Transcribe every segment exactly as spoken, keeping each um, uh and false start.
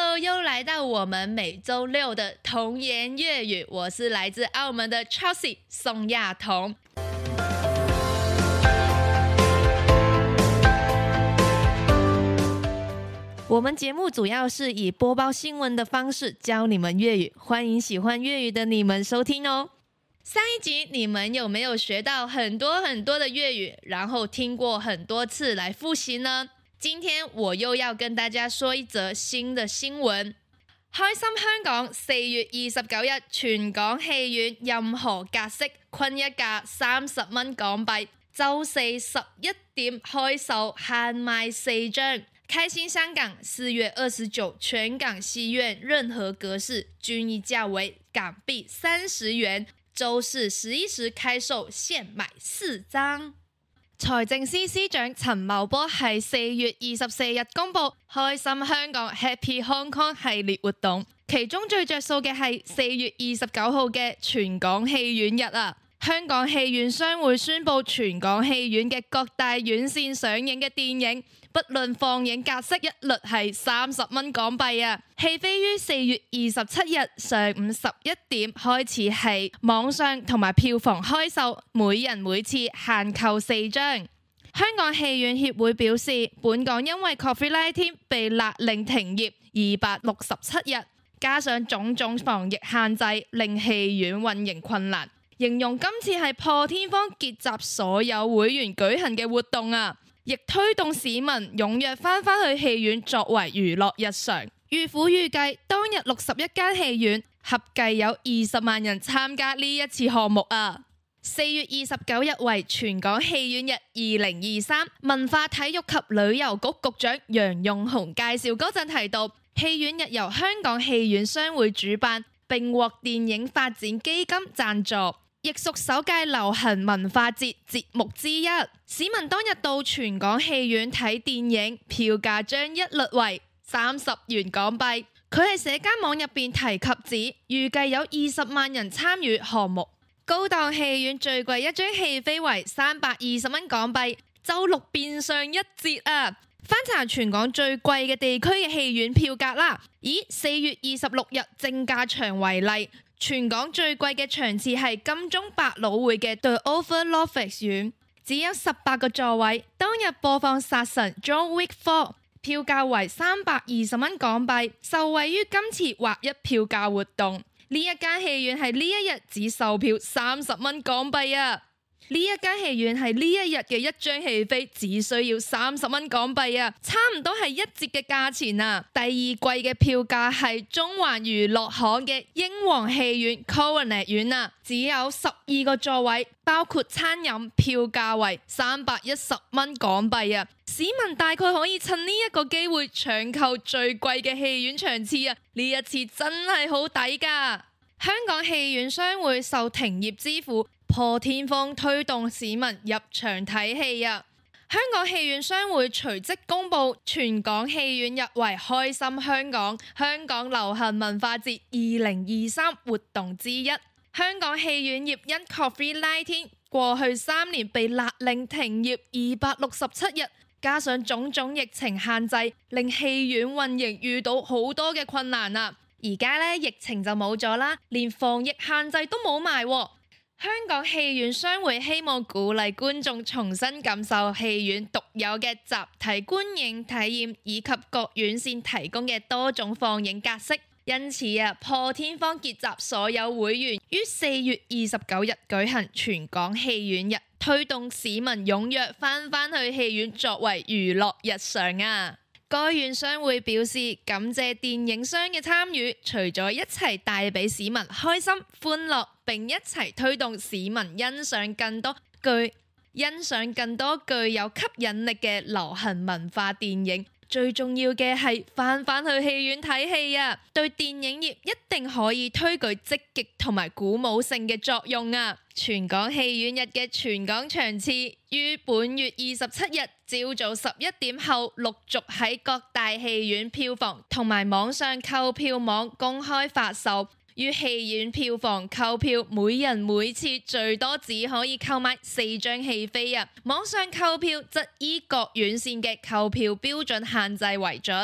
Hello， 又来到我们每周六的童言粤语，我是来自澳门的 Chelsea 宋亚彤。我们节目主要是以播报新闻的方式教你们粤语，欢迎喜欢粤语的你们收听哦。上一集你们有没有学到很多很多的粤语，然後聽過很多次來復習呢？今天我又要跟大家說一則新的新聞。開心香港四月二十九日全港戲院任何格式均一價三十蚊港幣，周四十一點開售，限賣四張。開心香港四月二十九全港戲院任何格式均一價為港幣三十元，周四十一時開售，限買四張。財政司司長陳茂波喺四月二十四日公布開心香港 Happy Hong Kong 系列活動，其中最着數嘅係四月二十九號嘅全港戲院日啊！香港戲院商會宣布全港戲院嘅各大院線上映嘅電影，不論放映格式，一律係三十蚊港幣啊！戲飛於四月二十七日上午十一點開始係網上同埋票房開售，每人每次限購四張。香港戲院協會表示，本港因為 Covid 十九 被勒令停業二百六十七日，加上種種防疫限制，令戲院運營困難。形容今次係破天荒結集所有會員舉行嘅活動啊，亦推動市民踴躍翻返去戲院作為娛樂日常。預估預計當日六十一間戲院合計有二十萬人參加呢一次項目啊。四月二十九日為全港戲院日二零二三，文化體育及旅遊局局長楊潤雄介紹嗰陣提到，戲院日由香港戲院商會主辦，並獲電影發展基金贊助，亦屬首屆流行文化節節目之一。市民當日到全港戲院睇電影，票價將一律為三十元港幣。佢喺社交網入邊提及指，預計有二十萬人參與項目。高檔戲院最貴一張戲飛為三百二十蚊港幣，週六變相一折啊！翻查全港最貴嘅地區嘅戲院票價啦，以四月二十六日正價場為例，全港最貴嘅場次係金鐘百老匯嘅 The Overlook 院，只有十八個座位。當日播放殺神 John Wick 四，票價為三百二十蚊港幣，受惠於今次劃一票價活動。呢一間戲院係呢一日只售票三十蚊港幣啊！呢一間戲院係呢一日嘅一張戲飛只需要三十蚊港幣啊，差唔多係一折嘅價錢啊！第二貴嘅票價係中環娛樂行嘅英皇戲院 Coronet 院啊，只有十二個座位，包括餐飲，票價為三百一十蚊港幣啊！市民大概可以趁呢一個機會搶購最貴嘅戲院場次啊！呢一次真係好抵㗎！香港戲院商會受停業之苦，破天荒推動市民入場睇戲啊！香港戲院商會隨即公布全港戲院日為開心香港香港流行文化節二零二三活動之一。香港戲院業因 Covid 十九 過去三年被勒令停業二百六十七日，加上種種疫情限制，令戲院運營遇到好多嘅困難啊！而家咧疫情就冇咗啦，連防疫限制都冇埋喎。香港戲院商會希望鼓勵觀眾重新感受戲院獨有嘅集體觀影體驗，以及各院線提供嘅多種放映格式。因此啊，破天荒結集所有會員於四月二十九日舉行全港戲院日，推動市民踴躍翻返去戲院作為娛樂日常啊！該院商會表示感謝電影商嘅參與，除咗一齊帶俾市民開心歡樂，並一齊推動市民欣賞更多具欣賞更多具有吸引力嘅流行文化電影。最重要嘅係翻返去戲院睇戲啊，對電影業一定可以推舉積極同埋鼓舞性嘅作用啊！全港戲院日嘅全港場次於本月二十七日朝早十一點後陸續喺各大戲院票房同埋網上購票網公開發售。於戲院票房購票，每人每次最多只可以購買四張戲飛啊！網上購票則依各院線嘅購票標準限制為準。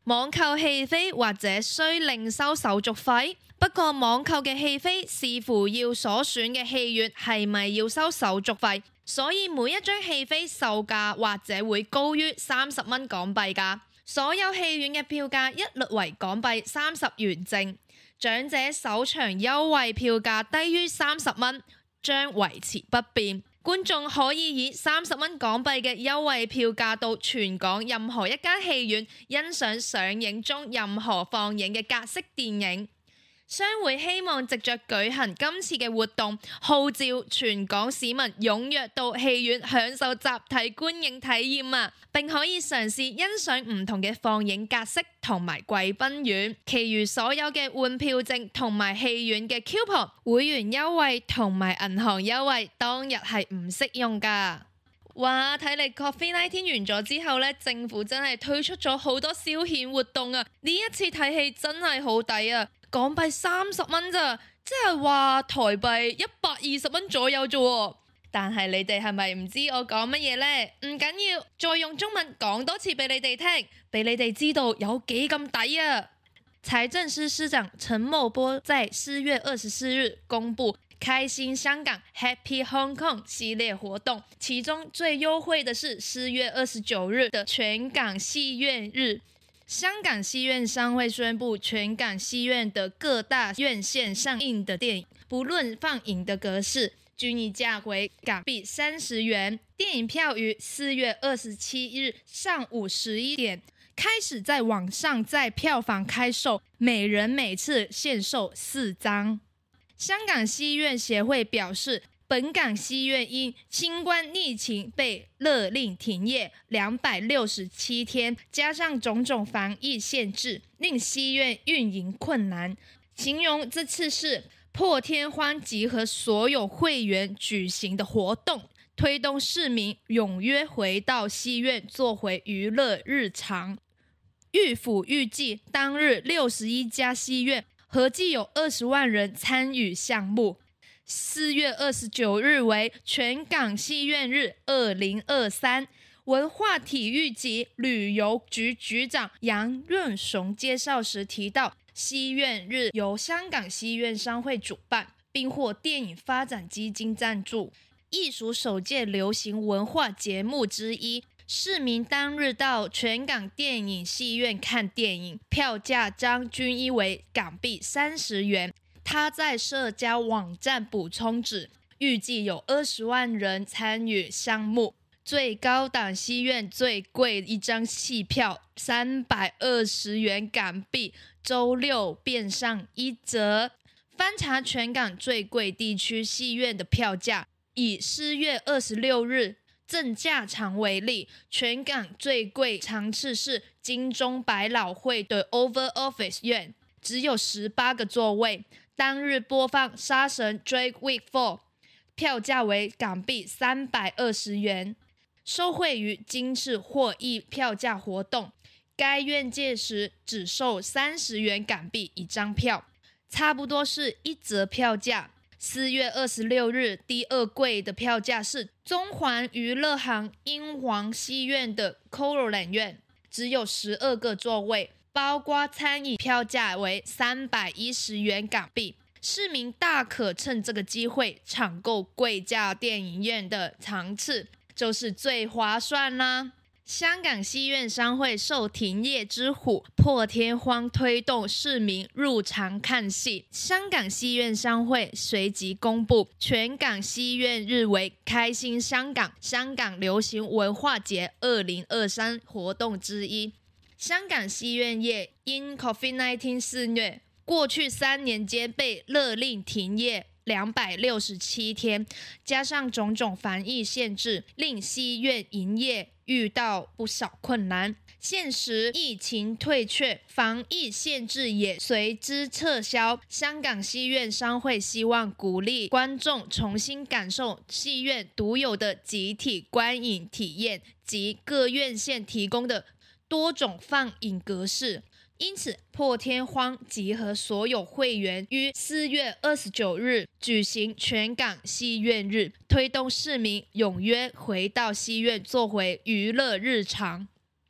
網購戲飛或者需另收手續費。不過網購嘅戲飛視乎要所選嘅戲院係咪要收手續費，所以每一張戲飛售價或者會高於三十蚊港幣㗎。所有戲院嘅票價一律為港幣三十元正，長者首場優惠票價低於三十蚊，將維持不變。觀眾可以以三十蚊港幣嘅優惠票價到全港任何一間戲院欣賞上映中任何放映嘅格式電影。商會希望藉着舉行今次嘅活動，號召全港市民踴躍到戲院享受集體觀影體驗啊！並可以嘗試欣賞唔同嘅放映格式同埋貴賓院。其餘所有嘅換票證同埋戲院嘅 coupon、會員優惠同埋銀行優惠當日係唔適用㗎。哇！睇嚟 Covid 十九 完咗之後呢，政府真係推出咗好多消遣活動啊！呢一次睇戲真係好抵啊！港幣三十蚊咋，即係話台幣一百二十蚊左右啫。但係你哋係咪唔知我講乜嘢呢？唔緊要，再用中文講多次俾你哋聽，俾你哋知道有幾咁抵啊！財政司司長陳茂波在四月二十四日公布開心香港 Happy Hong Kong 系列活動，其中最優惠的是四月二十九日的全港戲院日。香港戲院商會宣布，全港戲院的各大院線上映的電影，不論放映的格式，均以價為港幣三十元。電影票於四月二十七日上午十一點開始在網上在票房開售，每人每次限售四張。香港戲院協會表示，本港戲院因新冠疫情被勒令停業兩百六十七天，加上種種防疫限制，令戲院運營困難。形容這次是破天荒集合所有會員舉行的活動，推動市民踴躍回到戲院做回娛樂日常。預府預計當日六十一家戲院合計有二十萬人參與項目。四月二十九日為全港戲院日二零二三，文化體育及旅遊局局長楊潤雄介紹時提到，戲院日由香港戲院商會主辦，並獲電影發展基金贊助，藝屬首屆流行文化節目之一。市民當日到全港電影戲院看電影，票價將均一為港幣三十元。他在社交網站補充指，預計有二十萬人參與項目。最高檔戲院最貴一張戲票三百二十元港幣，週六變上一折。翻查全港最貴地區戲院的票價，以四月二十六日正價場為例，全港最貴場次是金鐘百老匯的 Over Office 院，只有十八個座位。當日播放《殺神 Drake Week Four》，票價為港幣三百二十元。受惠於今次獲益票價活動，該院屆時只售三十元港幣一張票，差不多是一折票價。四月二十六日第二貴的票價是中環娛樂行英皇戲院的 Coroland 院，只有十二個座位。包括餐飲票價為三百一十元港幣，市民大可趁這個機會搶購貴價電影院的場次，就是最划算啦。香港戲院商會受停業之苦，破天荒推動市民入場看戲。香港戲院商會隨即公布，全港戲院日為開心香港香港流行文化節二零二三活動之一。香港戲院業因 Covid 十九 肆虐，過去三年間被勒令停業兩百六十七天，加上種種防疫限制，令戲院營業遇到不少困難。現時疫情退卻，防疫限制也隨之撤銷。香港戲院商會希望鼓勵觀眾重新感受戲院獨有的集體觀影體驗及各院線提供的多種放映格式，因此破天荒集合所有會員於四月二十九日舉行全港戲院日，推動市民踴躍回到戲院做回娛樂日常。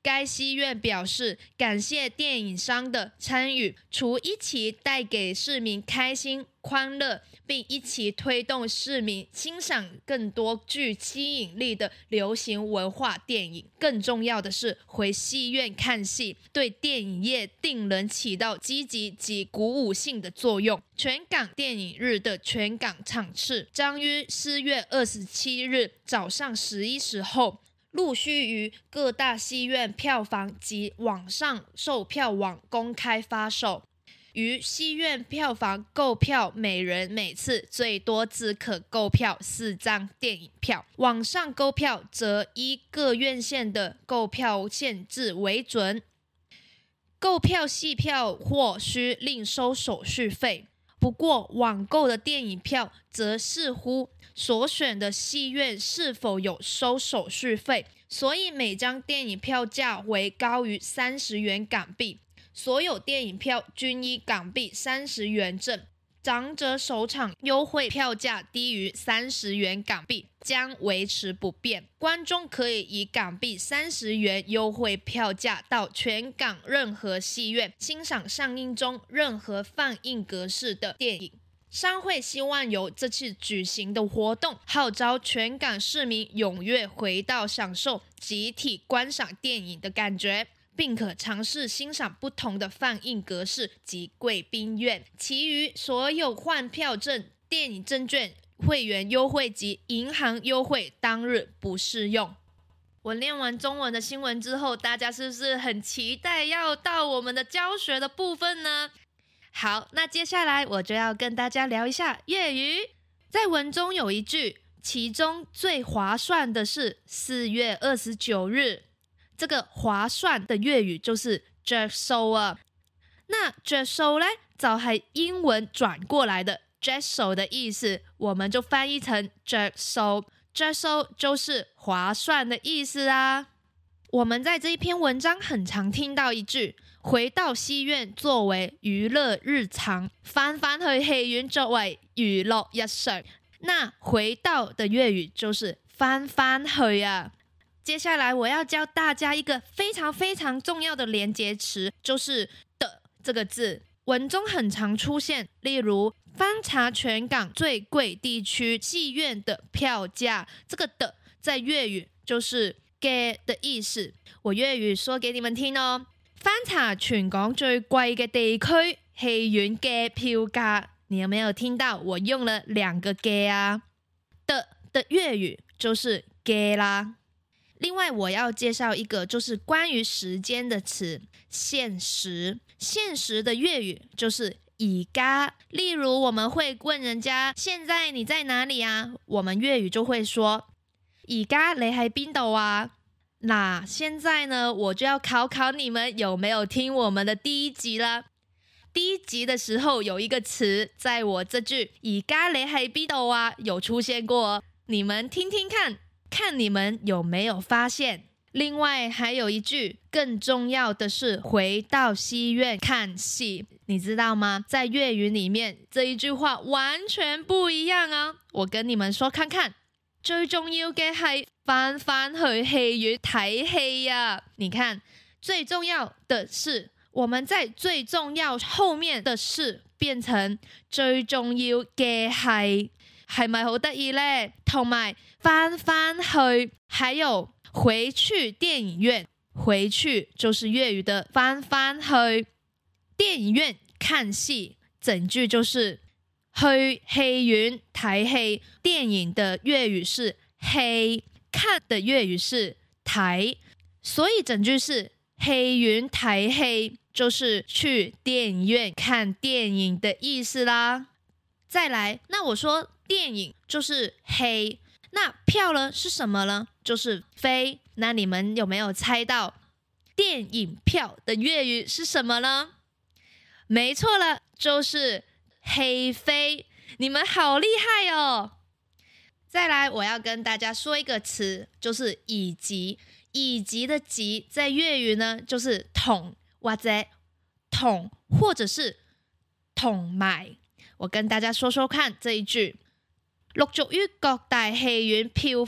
该戏院表示感谢电影商的参与，除一起带给市民开心欢乐，并一起推动市民欣赏更多具吸引力的流行文化电影。更重要的是，回戏院看戏对电影业定能起到积极及鼓舞性的作用。全港电影日的全港场次将于四月二十七日早上十一时后陆续于各大戏院票房及网上售票网公开发售。于戏院票房购票，每人每次最多只可购票四张电影票，网上购票则依各院线的购票限制为准。购票戏票或需另收手续费，不过网购的电影票则视乎所选的戏院是否有收手续费，所以每张电影票价为高于三十元港币。所有电影票均以港币三十元整，长者首场优惠票价低于三十元港币将维持不变。观众可以以港币三十元优惠票价到全港任何戏院欣赏上映中任何放映格式的电影。商会希望由这次举行的活动号召全港市民踊跃回到享受集体观赏电影的感觉，并可尝试欣赏不同的放映格式及贵宾院。其余所有换票证、电影证券、会员优惠及银行优惠当日不适用。我念完中文的新闻之后，大家是不是很期待要到我们的教学的部分呢？好，那接下来我就要跟大家聊一下粤语。在文中有一句，其中最划算的是四月二十九日。这个划算的粤语就是着數啊。那着數呢，就係英文轉過來的着數的意思，我們就翻譯成着數。着數就是划算的意思啊。我們在這一篇文章很常聽到一句，回到戲院作為娛樂日常，翻返去戲院作為娛樂日常。那回到的粵語就是翻返去啊。接下來我要教大家一個非常非常重要的連結詞，就是的這個字，文中很常出現。例如翻查全港最貴地區戲院的票價，這個的在粵語就是嘅的意思。我粵語說給你們聽哦。翻查全港最貴嘅地區戲院嘅票價，你有沒有聽到我用了兩個嘅啊？的的粵語就是嘅啦。另外我要介紹一個就是關於時間的詞，限時。限時的粵語就是而家。例如我們會問人家現在你在哪裡啊？我們粵語就會說而家你喺邊度啊？那現在呢，我就要考考你們有沒有聽我們的第一集了。第一集的時候有一個詞在我這句而家你喺邊度啊有出現過，你們聽聽看，看你們有沒有發現。另外還有一句更重要的是回到戲院看戲，你知道嗎？在粵語裡面這一句話完全不一樣啊，我跟你們說看看。最重要嘅係翻返去戲院睇戲啊。你看最重要的是我們在最重要後面的是變成最重要嘅係，係咪好得意呢？同埋翻返去還有回去電影院，回去就是粵語的翻返去電影院看戲，整句就是去戲院睇戲。電影的粵語是戲，看的粵語是睇，所以整句是戲院睇戲，就是去電影院看電影的意思啦。再來，那我說電影就是戲，那票呢是什麼呢？就是飛。那你們有沒有猜到電影票的粵語是什麼呢？沒錯了，就是戲飛。你們好厲害哦！再來，我要跟大家說一個詞，就是乙級。乙級的級在粵語呢，就是同或者同或者是同埋。我跟大家說說看這一句。陸續於各大戲院票房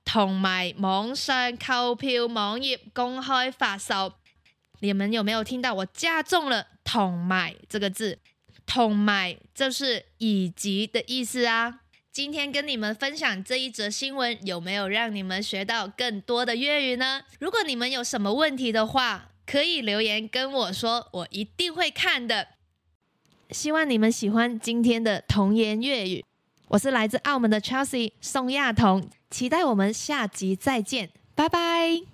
同埋網上購票網頁公開發售。你們有沒有聽到我加重了同埋這個字？同埋就是以及的意思啊。今天跟你們分享這一則新聞，有沒有讓你們學到更多的粵語呢？如果你們有什麼問題的話，可以留言跟我說，我一定會看的。希望你們喜歡今天的童言粵語。我是來自澳門的 Chelsea 宋亞彤，期待我們下集再見，拜拜。